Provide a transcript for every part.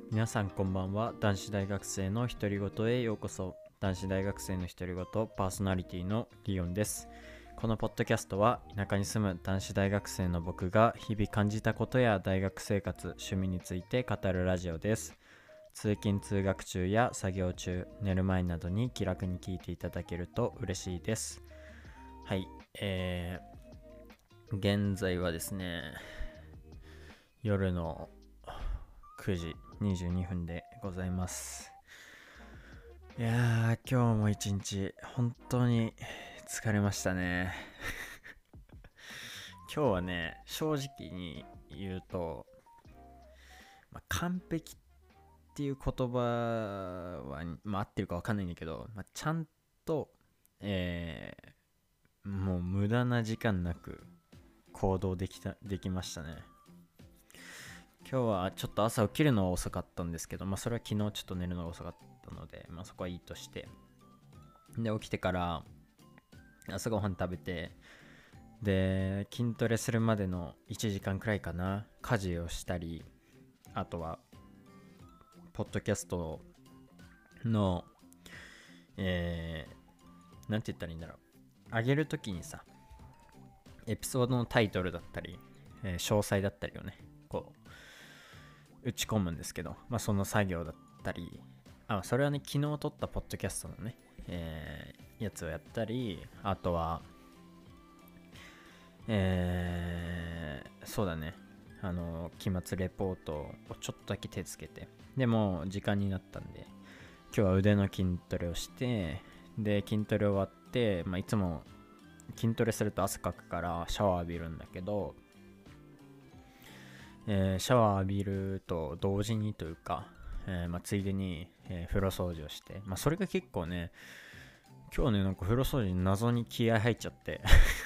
皆さんこんばんは。男子大学生の独り言へようこそ。男子大学生の独り言パーソナリティのリオンです。このポッドキャストは田舎に住む男子大学生の僕が日々感じたことや大学生活、趣味について語るラジオです。通勤通学中や作業中、寝る前などに気楽に聞いていただけると嬉しいです。はい、現在はですね、夜の9時22分でございます。いやー、今日も一日本当に疲れましたね。今日はね、正直に言うと、完璧っていう言葉は、合ってるか分かんないんだけど、ちゃんと、もう無駄な時間なく行動できましたね。今日はちょっと朝起きるのは遅かったんですけど、それは昨日ちょっと寝るのが遅かったので、そこはいいとして。で、起きてから朝ごはん食べて、で、筋トレするまでの1時間くらいかな、家事をしたり、あとは、ポッドキャストの、なんて言ったらいいんだろう。上げるときにさ、エピソードのタイトルだったり、詳細だったりをね、こう、打ち込むんですけど、その作業だったり、それはね、昨日撮ったポッドキャストのね、やつをやったり、あとは、そうだね、期末レポートをちょっとだけ手つけて、でも時間になったんで、今日は腕の筋トレをして、で、筋トレ終わって、いつも筋トレすると汗かくからシャワー浴びるんだけど、シャワー浴びると同時にというか、ついでに、風呂掃除をして、それが結構ね、今日ね、なんか風呂掃除に謎に気合入っちゃって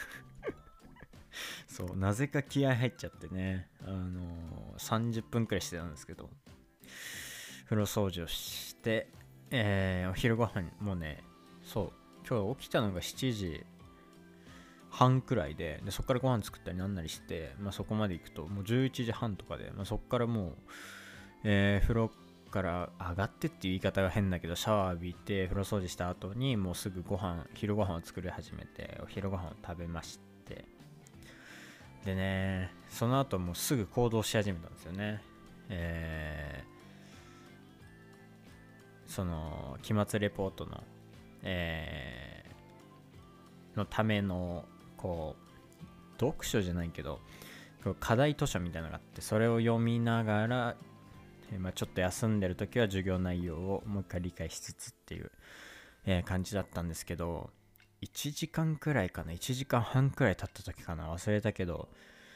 そう、なぜか気合入っちゃってね、30分くらいしてたんですけど、風呂掃除をして、お昼ご飯もね、そう、今日起きたのが7時半くらいで、そこからご飯作ったりなんなりして、そこまで行くともう11時半とかで、そこからもう、風呂から上がってっていう言い方が変だけど、シャワー浴びて風呂掃除した後にもうすぐ昼ご飯を作り始めて、お昼ご飯を食べまして、でね、その後もうすぐ行動し始めたんですよね。その期末レポートの、のためのこう読書じゃないけど、課題図書みたいなのがあって、それを読みながら、ちょっと休んでる時は授業内容をもう一回理解しつつっていう、感じだったんですけど、1時間くらいかな、1時間半くらい経った時かな、忘れたけど、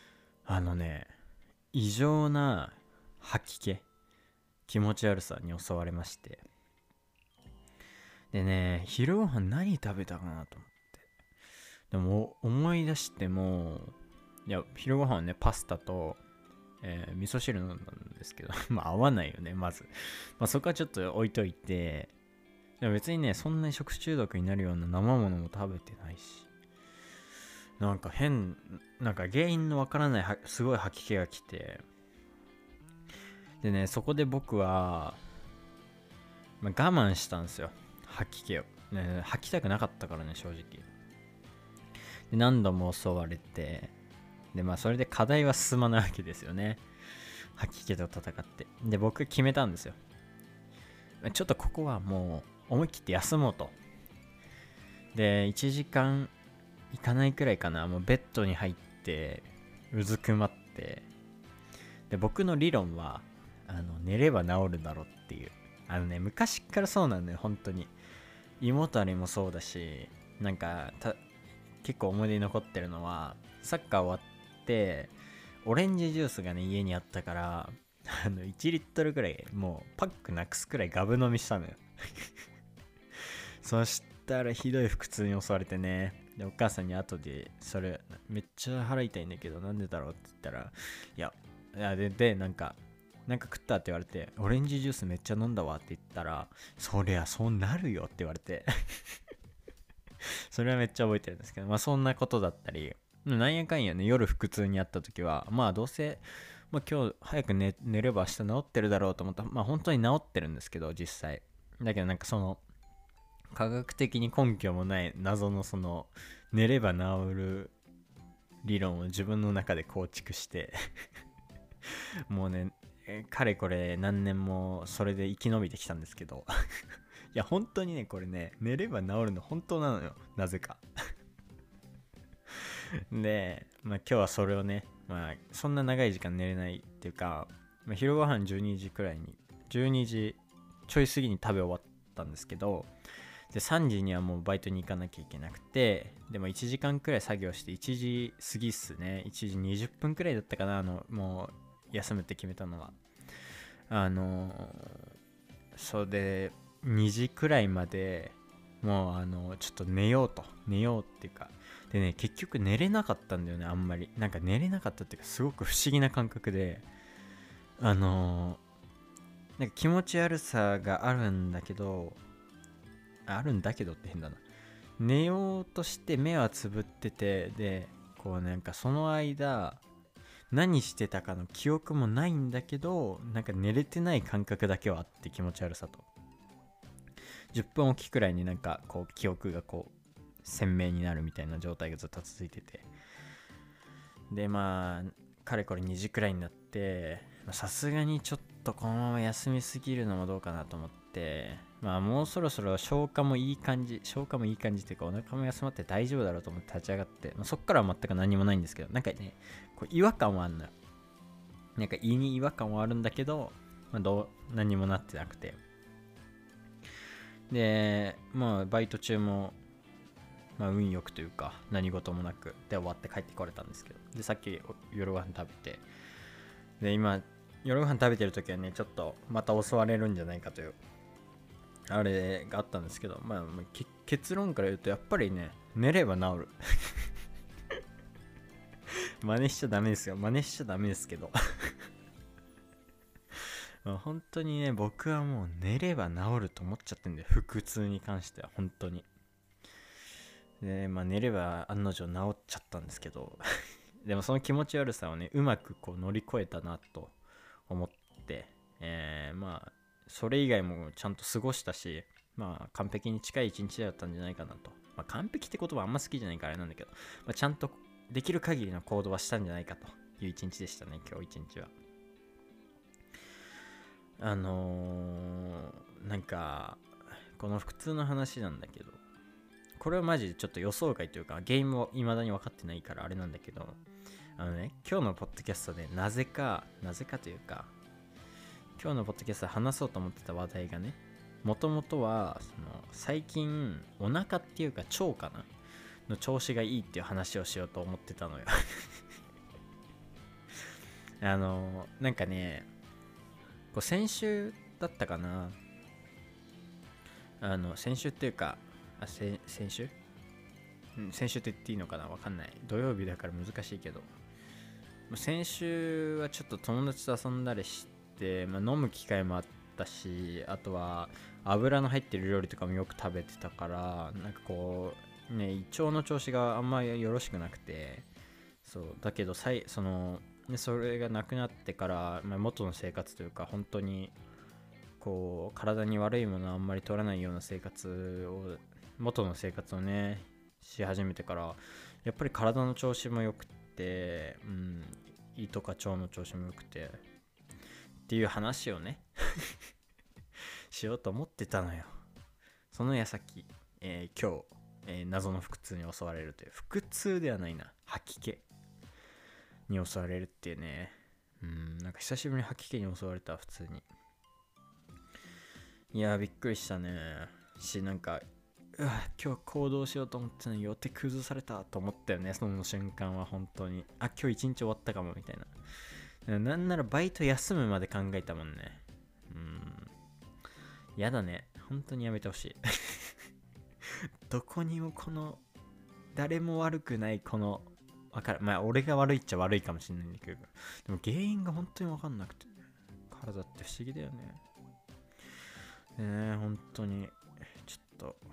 異常な吐き気、気持ち悪さに襲われまして、でね、昼ご飯何食べたかなと思って、でも思い出しても、いや、昼ご飯はね、パスタと、味噌汁飲んだんですけど合わないよね、まず。そこはちょっと置いといて、でも別にね、そんなに食中毒になるような生ものも食べてないし、なんか原因のわからないすごい吐き気が来て、でね、そこで僕は、我慢したんですよ、吐き気を。ね、吐きたくなかったからね、正直。で、何度も襲われて、で、それで課題は進まないわけですよね。吐き気と戦って。で、僕決めたんですよ。ちょっとここはもう思い切って休もうと。で、1時間いかないくらいかな、もうベッドに入ってうずくまって、で、僕の理論は寝れば治るだろっていう、昔からそうなんだよ、本当に。胃もたれもそうだし、なんか結構思い出に残ってるのは、サッカー終わってオレンジジュースがね、家にあったから、1リットルくらいもうパックなくすくらいガブ飲みしたのよそしたらひどい腹痛に襲われてね、でお母さんに後で、それめっちゃ腹痛いんだけどなんでだろうって言ったら、いやなんか食ったって言われて、オレンジジュースめっちゃ飲んだわって言ったら、そりゃそうなるよって言われてそれはめっちゃ覚えてるんですけど、そんなことだったり、なんやかんやね、夜腹痛にあった時は、どうせ、 まあ、今日早く寝れば明日治ってるだろうと思ったら、まあ本当に治ってるんですけど、実際。だけどなんかその、科学的に根拠もない謎のその、寝れば治る理論を自分の中で構築してもうね、かれこれ何年もそれで生き延びてきたんですけどいや本当にね、これね、寝れば治るの本当なのよ、なぜかで、まあ今日はそれをね、まあそんな長い時間寝れないっていうか、まあ、昼ご飯12時くらいに、12時ちょい過ぎに食べ終わったんですけど、で3時にはもうバイトに行かなきゃいけなくて、でも1時間くらい作業して1時過ぎっすね、1時20分くらいだったかな、もう休むって決めたのは。それで2時くらいまでもうちょっと寝ようっていうか、でね、結局寝れなかったんだよね、あんまり。なんか寝れなかったっていうか、すごく不思議な感覚で、なんか気持ち悪さがあるんだけどって変だな。寝ようとして目はつぶってて、で、こうなんかその間、何してたかの記憶もないんだけど、なんか寝れてない感覚だけはあって、気持ち悪さと。10分おきくらいになんかこう記憶がこう鮮明になるみたいな状態がずっと続いてて、でまあかれこれ2時くらいになって、さすがにちょっとこのまま休みすぎるのもどうかなと思って、まあもうそろそろ消化もいい感じっていうか、お腹も休まって大丈夫だろうと思って立ち上がって、そっからは全く何もないんですけど、なんかね、こう違和感はあんのよ。なんか胃に違和感はあるんだけど、何もなってなくて、でまあバイト中も、運よくというか何事もなくで終わって帰ってこれたんですけど、でさっき夜ご飯食べて、で今夜ご飯食べてる時はね、ちょっとまた襲われるんじゃないかというあれがあったんですけど、結論から言うと、やっぱりね、寝れば治る真似しちゃダメですけど本当にね、僕はもう寝れば治ると思っちゃってんだよ、腹痛に関しては。本当に。で寝れば案の定治っちゃったんですけどでもその気持ち悪さをね、うまくこう乗り越えたなと思って、それ以外もちゃんと過ごしたし、完璧に近い一日だったんじゃないかなと。完璧って言葉あんま好きじゃないからあれなんだけど、ちゃんとできる限りの行動はしたんじゃないかという一日でしたね、今日一日は。なんかこの普通の話なんだけど、これはマジでちょっと予想外というか、原因も未だに分かってないからあれなんだけど、今日のポッドキャストでなぜかというか、今日のポッドキャストで話そうと思ってた話題がね、もともとは最近お腹っていうか腸かなの調子がいいっていう話をしようと思ってたのよなんかね、こう先週だったかな、先週っていうか、先週先週って言っていいのかな、わかんない。土曜日だから難しいけど、先週はちょっと友達と遊んだりして、飲む機会もあったし、あとは油の入ってる料理とかもよく食べてたから、なんかこうね、胃腸の調子があんまりよろしくなくて、そうだけどそれがなくなってから、元の生活というか、本当にこう体に悪いものをあんまり取らないような元の生活をねし始めてから、やっぱり体の調子も良くて、胃とか腸の調子も良くてっていう話をねしようと思ってたのよ。その矢先、今日、謎の腹痛に襲われるという、腹痛ではないな、吐き気に襲われるっていうね。なんか久しぶりに吐き気に襲われた、普通に。いやーびっくりしたね。なんか今日行動しようと思ってたのに予定崩されたと思ったよね、その瞬間は。本当に今日一日終わったかもみたいな。なんならバイト休むまで考えたもんね。やだね、本当にやめてほしいどこにも誰も悪くない俺が悪いっちゃ悪いかもしれないんだけど、でも原因が本当に分かんなくて、体って不思議だよね。本当にちょっと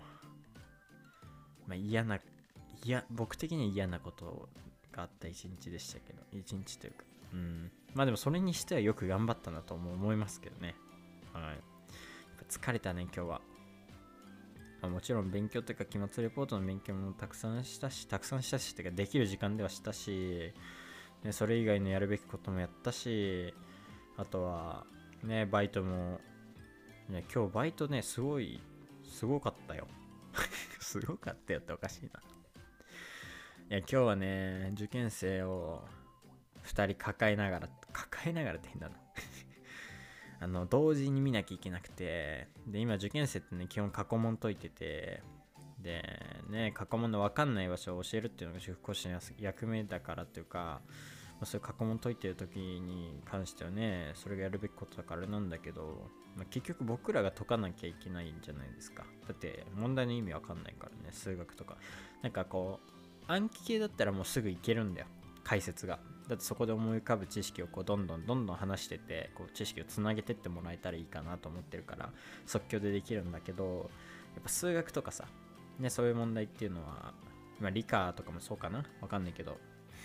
僕的には嫌なことがあった一日でしたけど、一日というか、 まあでもそれにしてはよく頑張ったなとも思いますけどね。はい。やっぱ疲れたね今日は。まあ、もちろん勉強というか期末レポートの勉強もたくさんしたしっていうかできる時間ではしたし、ね、それ以外のやるべきこともやったし、あとはねバイトも、ね、今日バイトねすごかったよ。すごかったよっておかしいな。いや今日はね受験生を2人抱えながらって変だな。同時に見なきゃいけなくて、で今受験生ってね基本過去問解いてて、でね過去問の分かんない場所を教えるっていうのが塾講師の役目だからっていうか、そういう過去問解いてる時に関してはねそれがやるべきことだからなんだけど、結局僕らが解かなきゃいけないんじゃないですか。だって問題の意味わかんないからね、数学とかなんかこう暗記系だったらもうすぐいけるんだよ、解説が。だってそこで思い浮かぶ知識をこうどんどん話してて、こう知識をつなげてってもらえたらいいかなと思ってるから即興でできるんだけど、やっぱ数学とかさ、ね、そういう問題っていうのは、理科とかもそうかな、わかんないけど、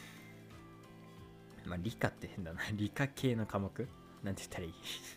理科って変だな理科系の科目なんて言ったらいい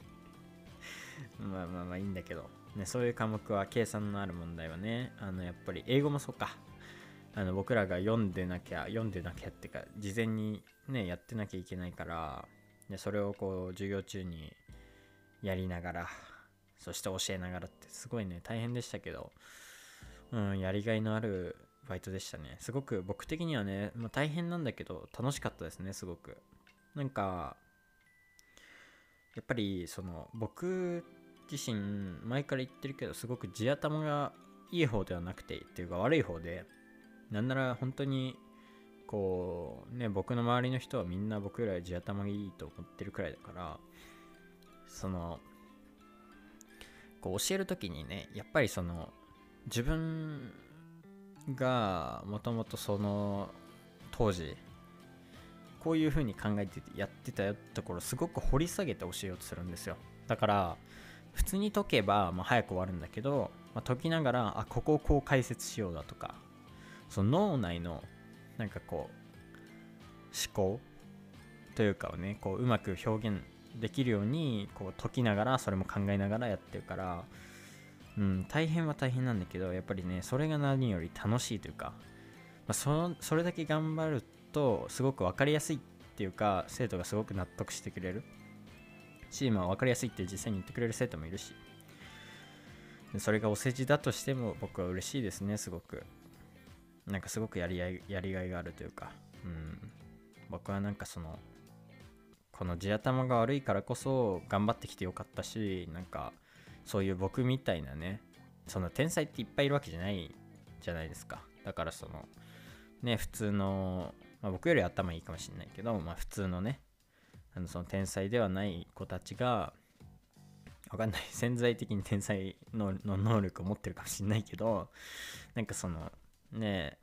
まあいいんだけど、ね、そういう科目は計算のある問題はね、やっぱり英語もそうか、僕らが読んでなきゃっていうか事前にねやってなきゃいけないから、でそれをこう授業中にやりながら、そして教えながらってすごいね大変でしたけど、やりがいのあるバイトでしたね。すごく僕的にはね、大変なんだけど楽しかったですね。すごくなんかやっぱりその僕自身前から言ってるけど、すごく地頭がいい方ではなくてっていうか悪い方で、なんなら本当にこうね僕の周りの人はみんな僕より地頭がいいと思ってるくらいだから、そのこう教える時にねやっぱりその自分がもともとその当時こういう風に考えてやってたところすごく掘り下げて教えようとするんですよ。だから普通に解けば早く終わるんだけど、解きながらここをこう解説しようだとか、その脳内のなんかこう思考というかをねこううまく表現できるようにこう解きながらそれも考えながらやってるから、大変は大変なんだけど、やっぱりねそれが何より楽しいというか、それだけ頑張るとすごく分かりやすいっていうか、生徒がすごく納得してくれるし、分かりやすいって実際に言ってくれる生徒もいるし、それがお世辞だとしても僕は嬉しいですね。すごくなんかすごくやりがいがあるというか、僕はなんかこの地頭が悪いからこそ頑張ってきてよかったし、なんかそういう僕みたいなね、その天才っていっぱいいるわけじゃないじゃないですか。だからそのね普通の、僕より頭いいかもしれないけど、普通のねその天才ではない子たちが、わかんない、潜在的に天才の能力を持ってるかもしれないけど、なんかそのね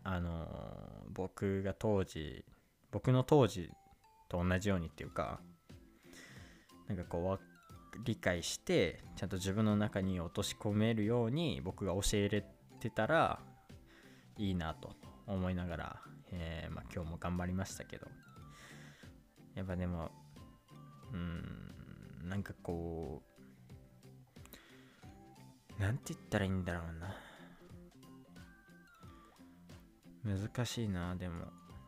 僕の当時と同じようにっていうか、なんかこう理解してちゃんと自分の中に落とし込めるように僕が教えれてたらいいなと思いながら、今日も頑張りましたけど、やっぱでもなんかこうなんて言ったらいいんだろうな、難しいな。でも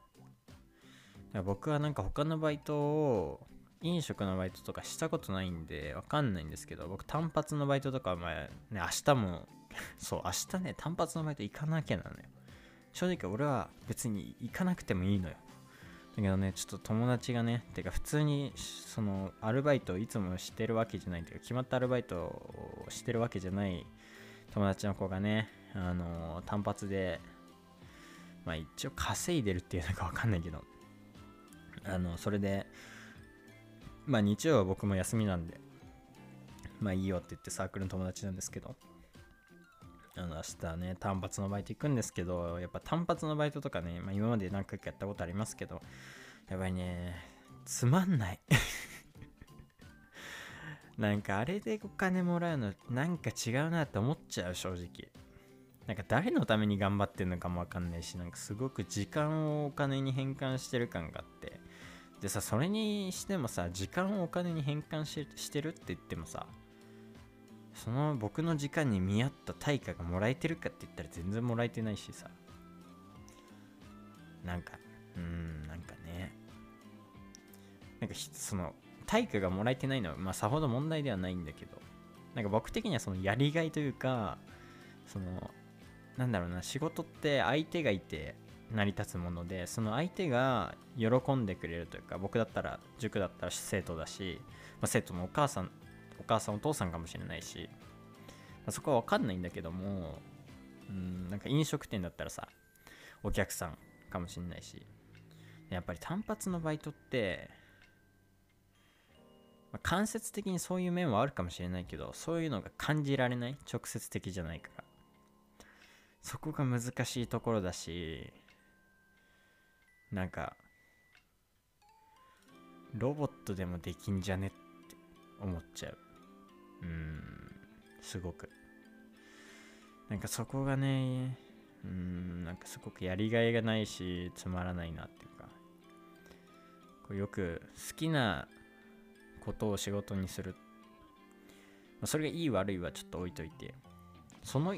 僕はなんか他のバイトを飲食のバイトとかしたことないんでわかんないんですけど、僕単発のバイトとか明日もそう明日ね単発のバイト行かなきゃなのよ。正直俺は別に行かなくてもいいのよ。だけどねちょっと友達がね、てか普通にそのアルバイトをいつもしてるわけじゃないというか、決まったアルバイトをしてるわけじゃない友達の子がね、単発で一応稼いでるっていうのかわかんないけど、それで日曜は僕も休みなんでいいよって言ってサークルの友達なんですけど、明日ね単発のバイト行くんですけど、やっぱ単発のバイトとかね、今まで何回かやったことありますけど、やっぱりねつまんないなんかあれでお金もらうのなんか違うなって思っちゃう、正直。なんか誰のために頑張ってんのかもわかんないし、なんかすごく時間をお金に変換してる感があって、 でさ、それにしてもさ、時間をお金に変換してるって言ってもさ、その僕の時間に見合った対価がもらえてるかって言ったら全然もらえてないしさ、なんかなんかね、なんかその対価がもらえてないのはまあさほど問題ではないんだけど、なんか僕的にはそのやりがいというか、そのなんだろうな、仕事って相手がいて成り立つもので、その相手が喜んでくれるというか、僕だったら塾だったら生徒だし、生徒のお母さんお父さんかもしれないし、そこは分かんないんだけども、なんか飲食店だったらさ、お客さんかもしれないし、やっぱり単発のバイトって、間接的にそういう面はあるかもしれないけど、そういうのが感じられない、直接的じゃないから、そこが難しいところだし、なんかロボットでもできんじゃねって思っちゃう。すごくなんかそこがね、なんかすごくやりがいがないしつまらないなっていうか、こうよく好きなことを仕事にする、それがいい悪いはちょっと置いといて、その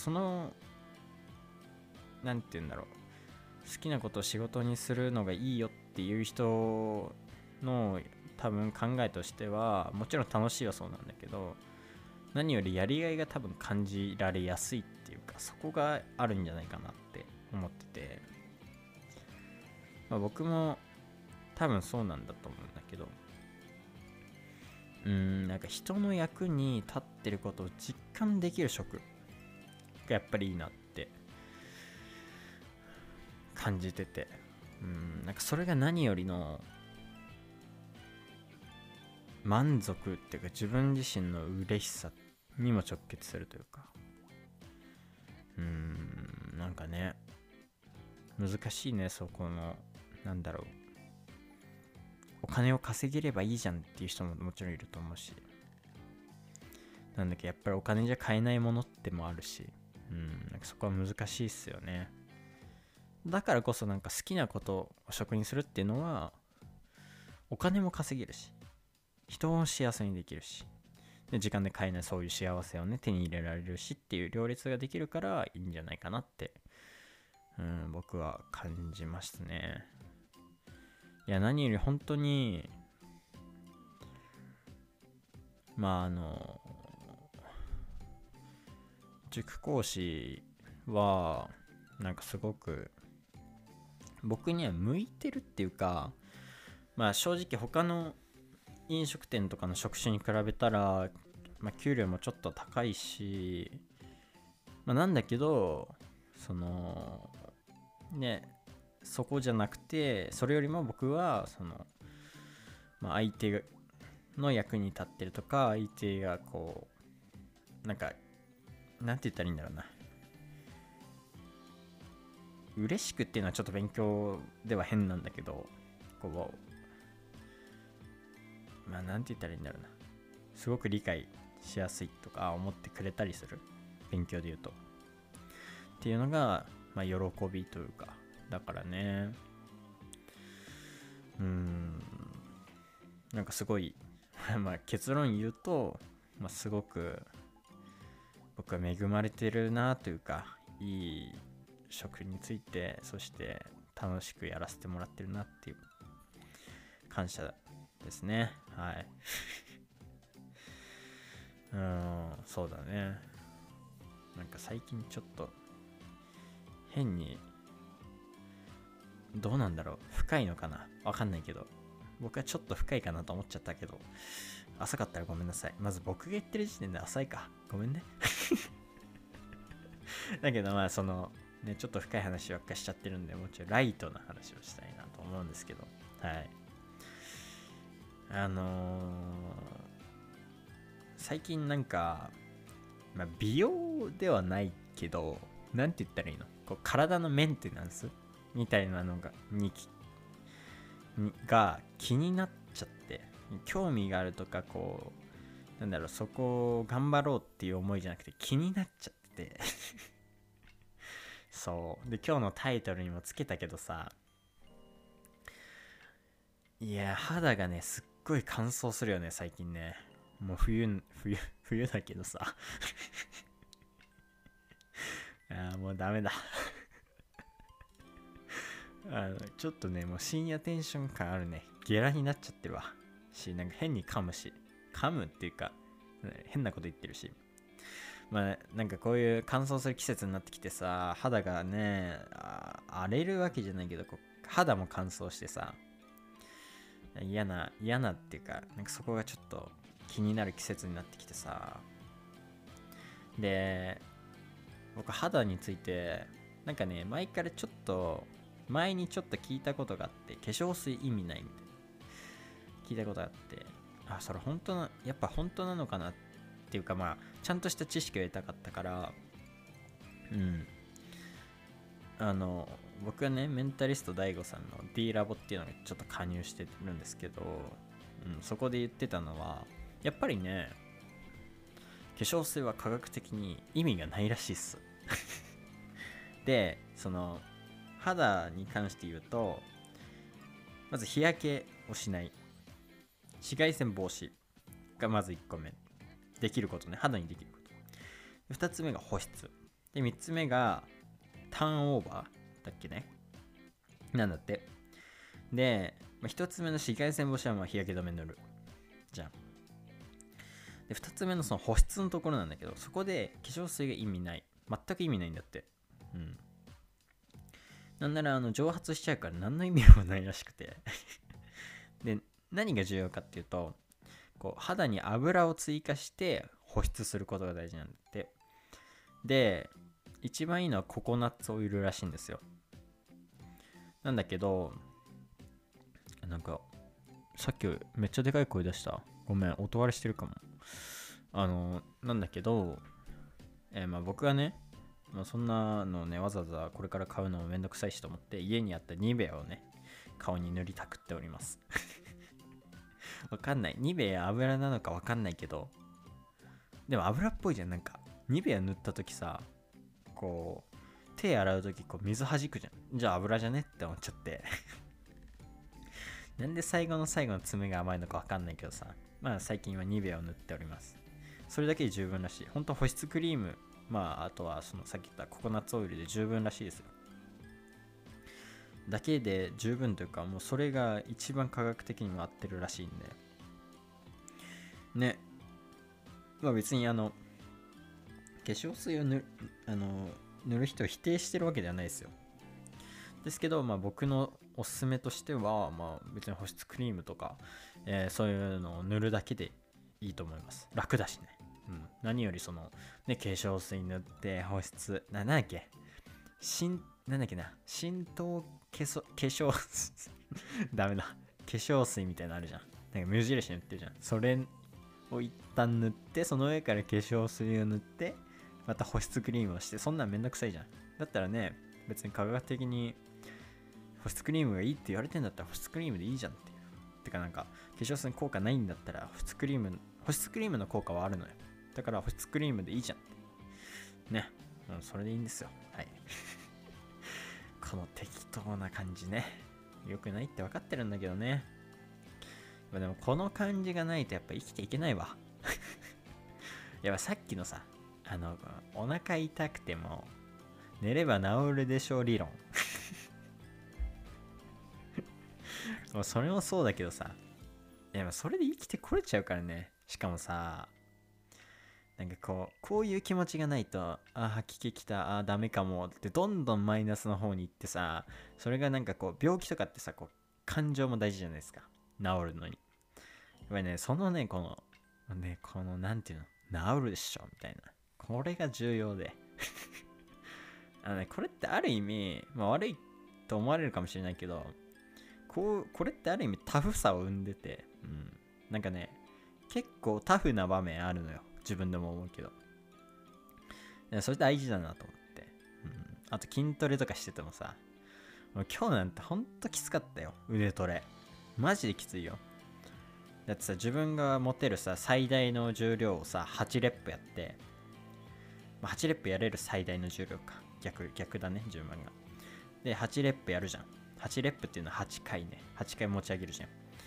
なんて言うんだろう、好きなことを仕事にするのがいいよっていう人の多分考えとしては、もちろん楽しいはそうなんだけど、何よりやりがいが多分感じられやすいっていうか、そこがあるんじゃないかなって思ってて、僕も多分そうなんだと思うんだけど、なんか人の役に立ってることを実感できる職がやっぱりいいなって感じてて、なんかそれが何よりの満足っていうか、自分自身の嬉しさにも直結するというか、なんかね、難しいね、そこの、なんだろう、お金を稼げればいいじゃんっていう人ももちろんいると思うし、なんだっけ、やっぱりお金じゃ買えないものってもあるし、なんかそこは難しいっすよね。だからこそなんか好きなことを職にするっていうのは、お金も稼げるし、人を幸せにできるし、で時間で買えないそういう幸せをね手に入れられるしっていう両立ができるからいいんじゃないかなって、僕は感じますね。いや、何より本当に塾講師はなんかすごく僕には向いてるっていうか、正直他の飲食店とかの職種に比べたら、給料もちょっと高いし、なんだけど、そのね、そこじゃなくて、それよりも僕はその、相手の役に立ってるとか、相手がこうなんかなんて言ったらいいんだろうな、嬉しくっていうのはちょっと勉強では変なんだけど、こうなんて言ったらいいんだろうな、すごく理解しやすいとか思ってくれたりする、勉強で言うとっていうのが喜びというか、だからね、なんかすごい結論言うと、すごく僕は恵まれてるなというか、いい職について、そして楽しくやらせてもらってるなっていう感謝ですね。はいそうだね。なんか最近ちょっと変に、どうなんだろう、深いのかな、わかんないけど、僕はちょっと深いかなと思っちゃったけど、浅かったらごめんなさい。まず僕が言ってる時点で浅いか、ごめんねだけどそのね、ちょっと深い話ばっかしちゃってるんで、もうちょいライトな話をしたいなと思うんですけど、はい。最近なんか、美容ではないけど、なんて言ったらいいの、こう体のメンテナンスみたいなのが気になっちゃって、興味があるとか、こうなんだろう、そこを頑張ろうっていう思いじゃなくて気になっちゃってそうで、今日のタイトルにもつけたけどさ、 いや、肌がね、すっごい乾燥するよね、最近ね。もう冬だけどさ。もうダメだ。ちょっとね、もう深夜テンション感あるね。ゲラになっちゃってるわ。なんか変に噛むし。噛むっていうか、変なこと言ってるし。まあ、なんかこういう乾燥する季節になってきてさ、肌がね、荒れるわけじゃないけど、肌も乾燥してさ、嫌なっていうか、なんかそこがちょっと気になる季節になってきてさ。で、僕肌について、なんかね、前にちょっと聞いたことがあって、化粧水意味ないみたいな。聞いたことがあって、それやっぱ本当なのかなっていうか、まあ、ちゃんとした知識を得たかったから、僕はね、メンタリスト DAIGO さんの D ラボっていうのにちょっと加入してるんですけど、そこで言ってたのは、やっぱりね、化粧水は科学的に意味がないらしいっす。で、肌に関して言うと、まず日焼けをしない。紫外線防止がまず1個目。できることね。肌にできること。2つ目が保湿。で、3つ目がターンオーバーだっけね。なんだって。で、1つ目の紫外線防止は日焼け止め塗る。じゃん。で、2つ目のその保湿のところなんだけど、そこで化粧水が意味ない。全く意味ないんだって。なんなら蒸発しちゃうから何の意味もないらしくて。で、何が重要かっていうと、肌に油を追加して保湿することが大事なんだって。で、一番いいのはココナッツオイルらしいんですよ。なんだけど、なんかさっきめっちゃでかい声出した。ごめん、音割れしてるかも。なんだけど、僕はね、そんなのね、わざわざこれから買うのもめんどくさいしと思って、家にあったニベアをね、顔に塗りたくっております。わかんない。ニベア油なのかわかんないけど、でも油っぽいじゃん。なんか、ニベア塗った時さ、手洗う時水弾くじゃん。じゃあ油じゃねって思っちゃって。なんで最後の最後の爪が甘いのかわかんないけどさ、まあ最近はニベアを塗っております。それだけで十分らしい。本当保湿クリーム、あとはさっき言ったココナッツオイルで十分らしいですよ。だけで十分というか、もうそれが一番科学的にも合ってるらしいんで。ね。別に化粧水を塗る人を否定してるわけではないですよ。ですけど、僕のおすすめとしては、別に保湿クリームとか、そういうのを塗るだけでいいと思います。楽だしね。何より化粧水塗って保湿、なんだっけなんだっけな、浸透化粧ダメだ。化粧水みたいなのあるじゃん。なんか無印塗ってるじゃん。それを一旦塗って、その上から化粧水を塗って、また保湿クリームをして、そんなんめんどくさいじゃん。だったらね、別に科学的に保湿クリームがいいって言われてんだったら保湿クリームでいいじゃんっていう。てかなんか、化粧水に効果ないんだったら保湿クリームの効果はあるのよ。だから保湿クリームでいいじゃんって。ね。それでいいんですよ。はい。この適当な感じね。良くないって分かってるんだけどね。でもこの感じがないとやっぱ生きていけないわ。やっぱさっきのさ、お腹痛くても寝れば治るでしょう理論。もうそれもそうだけどさ、それで生きてこれちゃうからね。しかもさ、なんかこういう気持ちがないと、吐き気きた、ダメかもってどんどんマイナスの方に行ってさ、それがなんか病気とかってさ、感情も大事じゃないですか。治るのに。やっぱりね、このなんていうの、治るでしょみたいな。これが重要で。これってある意味、悪いと思われるかもしれないけど、これってある意味タフさを生んでて、なんかね、結構タフな場面あるのよ。自分でも思うけど。それ大事だなと思って。あと筋トレとかしててもさ、もう今日なんてほんときつかったよ。腕トレ。マジできついよ。だってさ、自分が持てるさ、最大の重量をさ、8レップやって、8レップやれる最大の重量か。逆だね、順番が。で、8レップやるじゃん。8レップっていうのは8回ね。8回持ち上げるじゃん。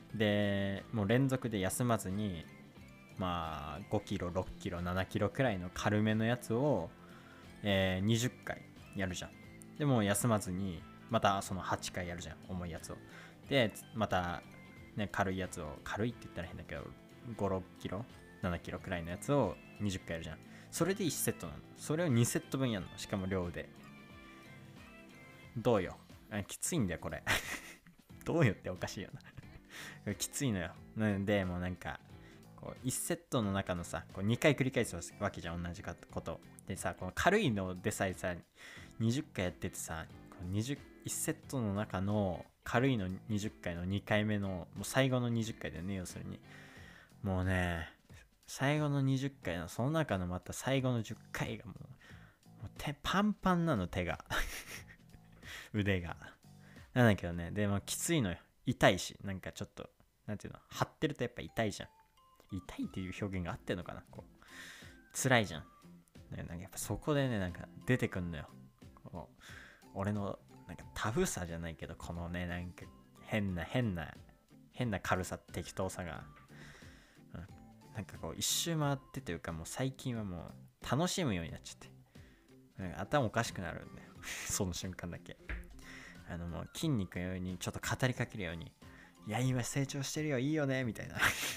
でもう連続で休まずにまあ5キロ6キロ7キロくらいの軽めのやつを、20回やるじゃん。でも休まずにまたその8回やるじゃん、重いやつを。でまたね、軽いやつを、軽いって言ったら変だけど5、6キロ7キロくらいのやつを20回やるじゃん。それで1セットなの。それを2セット分やるの。しかも両腕。どうよ。きついんだよこれ。どうよっておかしいよな。きついのよ。なんでもうなんかこう1セットの中のさ、こう2回繰り返すわけじゃん、同じことでさ。この軽いのでさえさ20回やっててさ、1セットの中の軽いの20回の2回目のもう最後の20回だよね、要するに。もうね、最後の20回のその中のまた最後の10回がもう手パンパンなの、手が。腕がなんだけどね。でもきついのよ。痛いし、なんかちょっとなんていうの、張ってるとやっぱ痛いじゃん。痛いっていう表現があってんのかな。こう辛いじゃん。なんかやっぱそこでね、なんか出てくんのよ、こう俺のなんかタフさじゃないけど、このね、なんか変な軽さ、適当さが、なんかこう一周回ってというか、もう最近はもう楽しむようになっちゃって、なんか頭おかしくなるんだよ。その瞬間だけもう筋肉にちょっと語りかけるように、いや今成長してるよ、いいよねみたいな。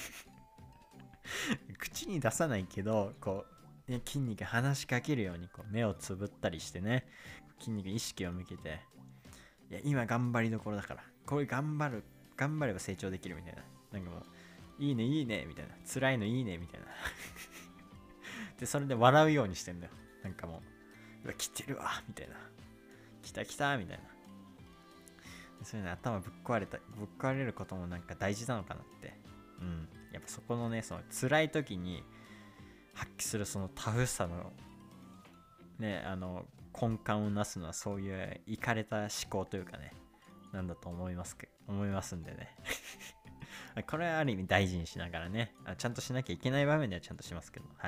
口に出さないけど、こう、ね、筋肉話しかけるようにこう目をつぶったりしてね、筋肉に意識を向けて、いや今頑張りどころだから、これ頑張れば成長できるみたいな。なんかもういいねいいねみたいな、辛いのいいねみたいな。でそれで笑うようにしてんだよ。なんかもう、うわ来てるわみたいな、来た来たみたいな。そういうの頭ぶっ壊れることもなんか大事なのかなって。やっぱそこのね、その辛い時に発揮するそのタフさのね、根幹をなすのはそういうイかれた思考というかね、なんだと思いますんでね。これはある意味大事にしながらね、ちゃんとしなきゃいけない場面ではちゃんとしますけど、はい。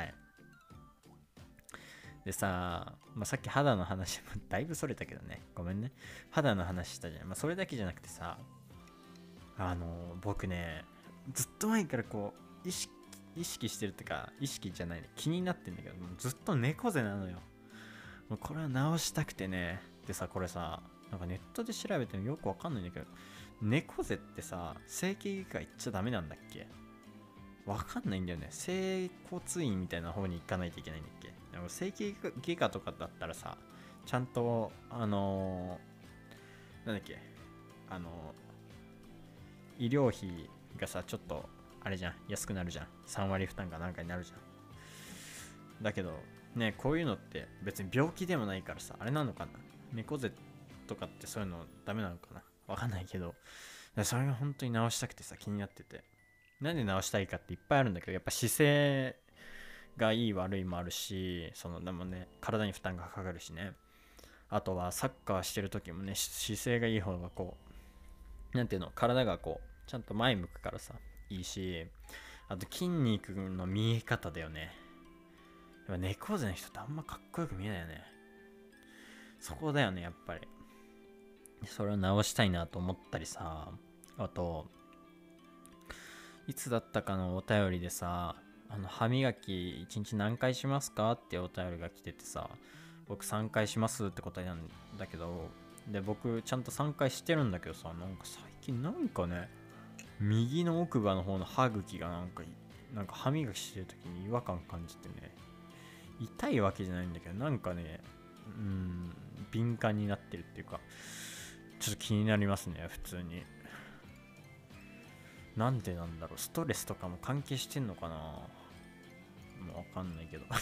でさ、さっき肌の話もだいぶそれたけどね、ごめんね。肌の話したじゃん。それだけじゃなくてさ、僕ね、ずっと前からこう意識してるってか、意識じゃないね、気になってんだけど、もうずっと猫背なのよ。もうこれは直したくてね。でさ、これさ、なんかネットで調べてもよくわかんないんだけど、猫背ってさ、整形外科行っちゃダメなんだっけ？わかんないんだよね。整骨院みたいな方に行かないといけないんだっけ？でも整形外科とかだったらさ、ちゃんとなんだっけ、医療費がさ、ちょっとあれじゃん、安くなるじゃん。3割負担かなんかになるじゃん。だけどね、こういうのって別に病気でもないからさ、あれなのかな、猫背とかってそういうのダメなのかな、わかんないけど、それが本当に直したくてさ、気になってて。なんで直したいかっていっぱいあるんだけど、やっぱ姿勢がいい悪いもあるし、でもね、体に負担がかかるしね。あとはサッカーしてる時もね、姿勢がいい方がこう、なんていうの、体がこうちゃんと前向くからさ、いいし、あと筋肉の見え方だよね。やっぱ猫背の人ってあんまかっこよく見えないよね。そこだよね、やっぱり。それを直したいなと思ったりさ、あといつだったかのお便りでさ、歯磨き1日何回しますかってお便りが来ててさ、僕3回しますって答えなんだけど、で僕ちゃんと3回してるんだけどさ、なんか最近なんかね、右の奥歯の方の歯茎がなんか歯磨きしてる時に違和感感じてね、痛いわけじゃないんだけど、なんかね、敏感になってるっていうか、ちょっと気になりますね、普通に。なんでなんだろう、ストレスとかも関係してんのかな、もうわかんないけど。こ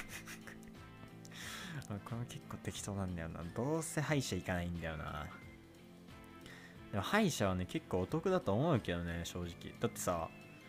れも結構適当なんだよな。どうせ歯医者行かないんだよな。でも歯医者はね、結構お得だと思うけどね、正直。だってさ、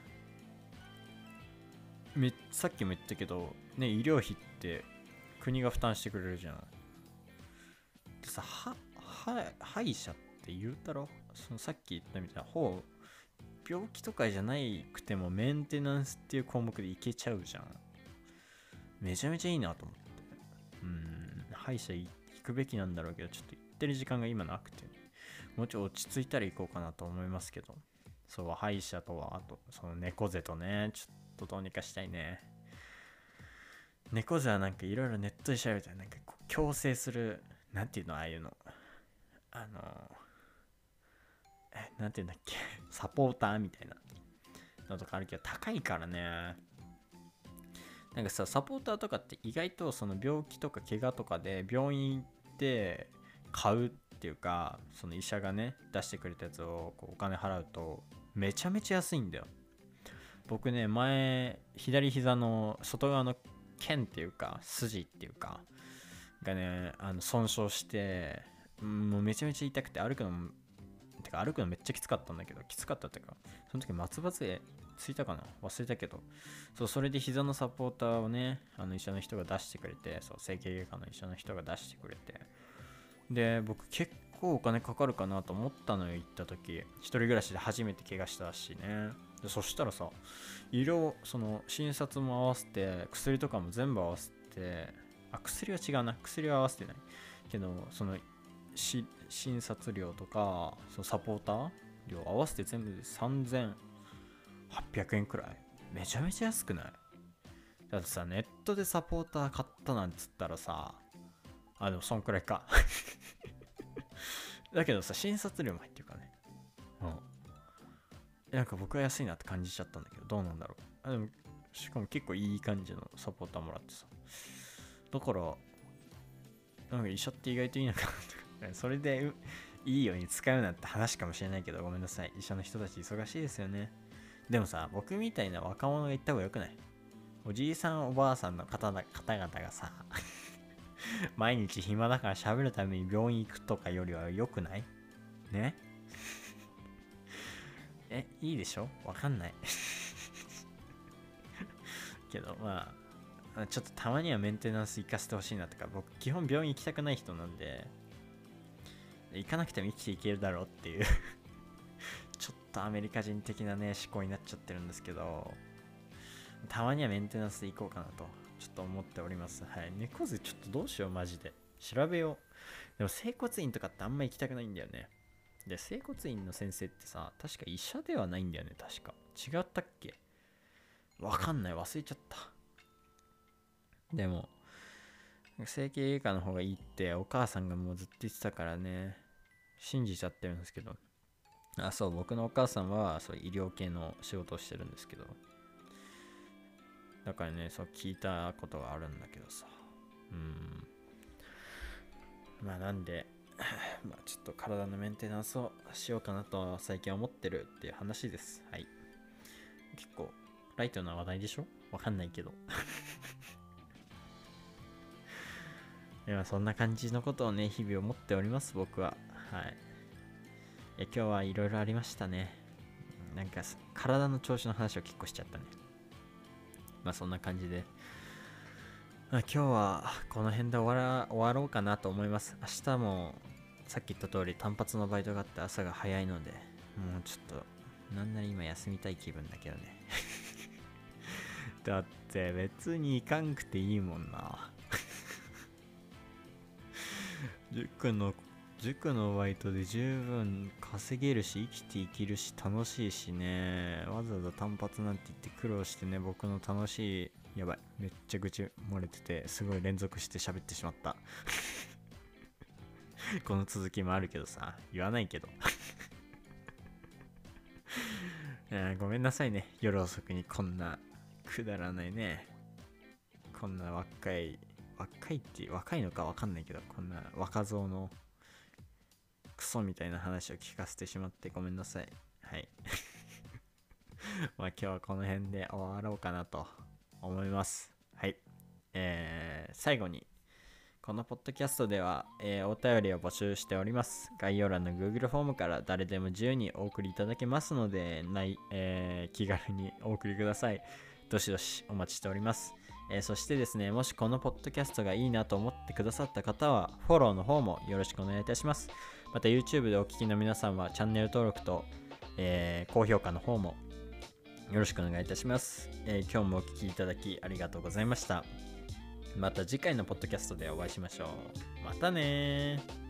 さっきも言ったけどね、医療費って国が負担してくれるじゃん。でさ、歯医者って言うたろ、さっき言ったみたいな病気とかじゃないくてもメンテナンスっていう項目でいけちゃうじゃん。めちゃめちゃいいなと思って。歯医者行くべきなんだろうけど、ちょっと行ってる時間が今なくて、もうちょい落ち着いたら行こうかなと思いますけど。 そう歯医者とは、あとその猫背とね、ちょっとどうにかしたいね。猫背はなんかいろいろネットで調べたら、なんかこう矯正する、なんていうの、ああいうの、あのなんていうんだっけ、サポーターみたいなのとかあるけど、高いからね。なんかさ、サポーターとかって意外とその病気とか怪我とかで病院行って買うっていうか、その医者がね出してくれたやつをこうお金払うとめちゃめちゃ安いんだよ。僕ね、前左膝の外側の腱っていうか筋っていうかがね、損傷して、もうめちゃめちゃ痛くて、歩くのめっちゃきつかったんだけど、きつかったっていうか、その時松葉杖ついたかな、忘れたけど、そう、それで膝のサポーターをね、医者の人が出してくれて、そう、整形外科の医者の人が出してくれて、で、僕結構お金かかるかなと思ったのよ、行った時。一人暮らしで初めて怪我したしね。でそしたらさ、その診察も合わせて、薬とかも全部合わせて、薬は違うな、薬は合わせてないけど、その診察料とかそのサポーター料合わせて全部で3800円くらい。めちゃめちゃ安くない？だってさ、ネットでサポーター買ったなんつったらさ、でもそんくらいかだけどさ、診察料も入ってるからね。なんか僕は安いなって感じちゃったんだけど、どうなんだろう。でもしかも結構いい感じのサポーターもらってさ、だからなんか医者って意外といいのかなとそれでいいように使うなんて話かもしれないけど、ごめんなさい。医者の人たち忙しいですよね。でもさ、僕みたいな若者が行った方がよくない？おじいさんおばあさんの方々がさ毎日暇だから喋るために病院行くとかよりは良くない？ねいいでしょ？わかんないけど、まあちょっとたまにはメンテナンス行かせてほしいなとか、僕基本病院行きたくない人なんで、行かなくても生きていけるだろうっていうちょっとアメリカ人的なね思考になっちゃってるんですけど、たまにはメンテナンスで行こうかなとちょっと思っております。はい。猫背ちょっとどうしよう、マジで調べよう。でも整骨院とかってあんま行きたくないんだよね。で、整骨院の先生ってさ、確か医者ではないんだよね。確か違ったっけ、わかんない、忘れちゃった。でも整形外科の方がいいってお母さんがもうずっと言ってたからね、信じちゃってるんですけど。そう、僕のお母さんはそう医療系の仕事をしてるんですけど、だからね、そう聞いたことがあるんだけどさ、まあなんでまあちょっと体のメンテナンスをしようかなと最近思ってるっていう話です。はい。結構ライトな話題でしょ？わかんないけどそんな感じのことをね、日々思っております、僕は。はい。今日はいろいろありましたね。なんか体の調子の話を結構しちゃったね。まあそんな感じで、今日はこの辺で終わろうかなと思います。明日もさっき言った通り単発のバイトがあって朝が早いので、もうちょっとなんなら今休みたい気分だけどねだって別に行かんくていいもんな塾のバイトで十分稼げるし生きていけるし楽しいしね、わざわざ単発なんて言って苦労してね、僕の楽しい、やばい、めっちゃ愚痴漏れててすごい連続して喋ってしまったこの続きもあるけどさ、言わないけどごめんなさいね、夜遅くにこんなくだらないね、こんな若いって若いのかわかんないけど、こんな若造のクソみたいな話を聞かせてしまってごめんなさい。はいまあ今日はこの辺で終わろうかなと思います。はい。最後にこのポッドキャストでは、お便りを募集しております。概要欄の Google フォームから誰でも自由にお送りいただけますので、気軽にお送りください。どしどしお待ちしております。そしてですね、もしこのポッドキャストがいいなと思ってくださった方は、フォローの方もよろしくお願いいたします。また YouTube でお聞きの皆さんはチャンネル登録と、高評価の方もよろしくお願いいたします。今日もお聞きいただきありがとうございました。また次回のポッドキャストでお会いしましょう。またねー。